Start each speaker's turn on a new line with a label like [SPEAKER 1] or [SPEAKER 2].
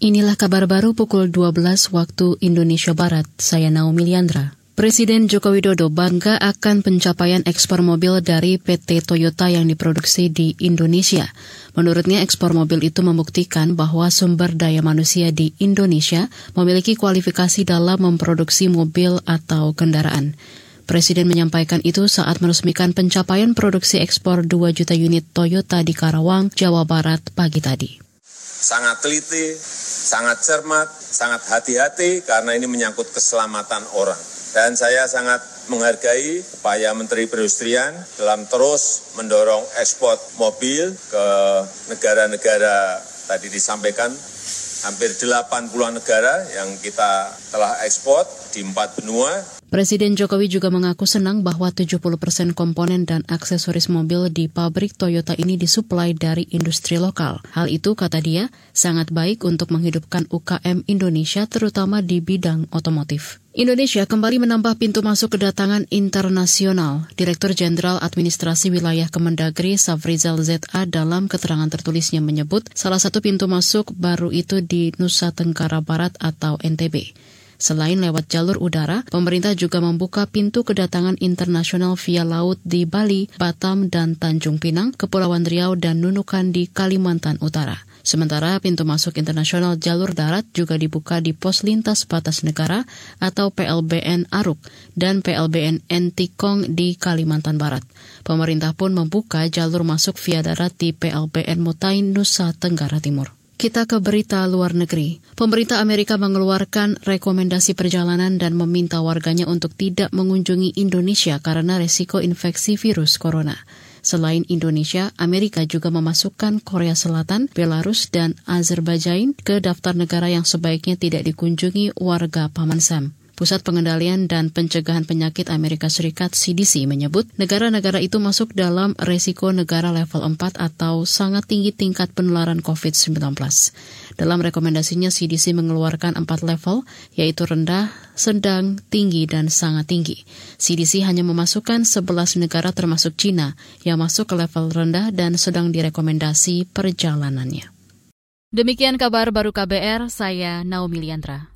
[SPEAKER 1] Inilah kabar baru pukul 12 waktu Indonesia Barat. Saya Naomi Liandra. Presiden Joko Widodo bangga akan pencapaian ekspor mobil dari PT Toyota yang diproduksi di Indonesia. Menurutnya, ekspor mobil itu membuktikan bahwa sumber daya manusia di Indonesia memiliki kualifikasi dalam memproduksi mobil atau kendaraan. Presiden menyampaikan itu saat meresmikan pencapaian produksi ekspor 2 juta unit Toyota di Karawang, Jawa Barat pagi tadi.
[SPEAKER 2] Sangat teliti, sangat cermat, sangat hati-hati karena ini menyangkut keselamatan orang. Dan saya sangat menghargai upaya Menteri Perindustrian dalam terus mendorong ekspor mobil ke negara-negara tadi disampaikan hampir 80 negara yang kita telah ekspor di 4 benua.
[SPEAKER 1] Presiden Jokowi juga mengaku senang bahwa 70% komponen dan aksesoris mobil di pabrik Toyota ini disuplai dari industri lokal. Hal itu, kata dia, sangat baik untuk menghidupkan UKM Indonesia terutama di bidang otomotif. Indonesia kembali menambah pintu masuk kedatangan internasional. Direktur Jenderal Administrasi Wilayah Kemendagri Safrizal Z.A. dalam keterangan tertulisnya menyebut salah satu pintu masuk baru itu di Nusa Tenggara Barat atau NTB. Selain lewat jalur udara, pemerintah juga membuka pintu kedatangan internasional via laut di Bali, Batam, dan Tanjung Pinang, Kepulauan Riau, dan Nunukan di Kalimantan Utara. Sementara pintu masuk internasional jalur darat juga dibuka di Pos Lintas Batas Negara atau PLBN Aruk dan PLBN Entikong di Kalimantan Barat. Pemerintah pun membuka jalur masuk via darat di PLBN Mutain, Nusa Tenggara Timur. Kita ke berita luar negeri. Pemerintah Amerika mengeluarkan rekomendasi perjalanan dan meminta warganya untuk tidak mengunjungi Indonesia karena resiko infeksi virus corona. Selain Indonesia, Amerika juga memasukkan Korea Selatan, Belarus, dan Azerbaijan ke daftar negara yang sebaiknya tidak dikunjungi warga Paman Sam. Pusat Pengendalian dan Pencegahan Penyakit Amerika Serikat CDC menyebut negara-negara itu masuk dalam resiko negara level 4 atau sangat tinggi tingkat penularan COVID-19. Dalam rekomendasinya, CDC mengeluarkan 4 level, yaitu rendah, sedang, tinggi, dan sangat tinggi. CDC hanya memasukkan 11 negara termasuk China yang masuk ke level rendah dan sedang direkomendasi perjalanannya. Demikian kabar baru KBR, saya Naomi Liandra.